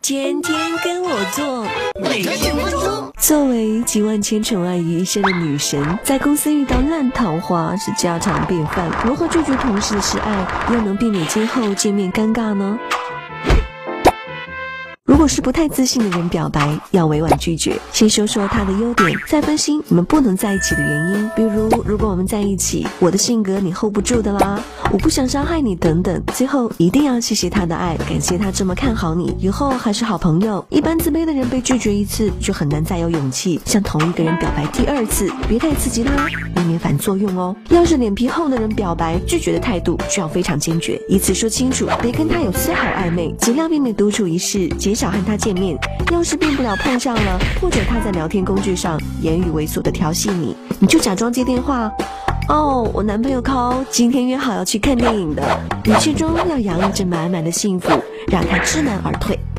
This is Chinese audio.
天天跟我做， 每天10分钟。 作为集万千宠爱于一身的女神，在公司遇到烂桃花是家常便饭。如何拒绝同事的示爱，又能避免今后见面尴尬呢？如果是不太自信的人表白，要委婉拒绝，先说说他的优点，再分析你们不能在一起的原因。比如，如果我们在一起，我的性格你 hold 不住的啦，我不想伤害你等等。最后一定要谢谢他的爱，感谢他这么看好你，以后还是好朋友。一般自卑的人被拒绝一次，就很难再有勇气向同一个人表白第二次，别太刺激他，以免反作用哦。要是脸皮厚的人表白，拒绝的态度就要非常坚决，一次说清楚，别跟他有丝毫暧昧，尽量避免独处一室，减少和他见面。要是变不了碰上了，或者他在聊天工具上言语猥琐的调戏你，你就假装接电话，我男朋友call，今天约好要去看电影的，语气中要洋溢着满满的幸福，让他知难而退。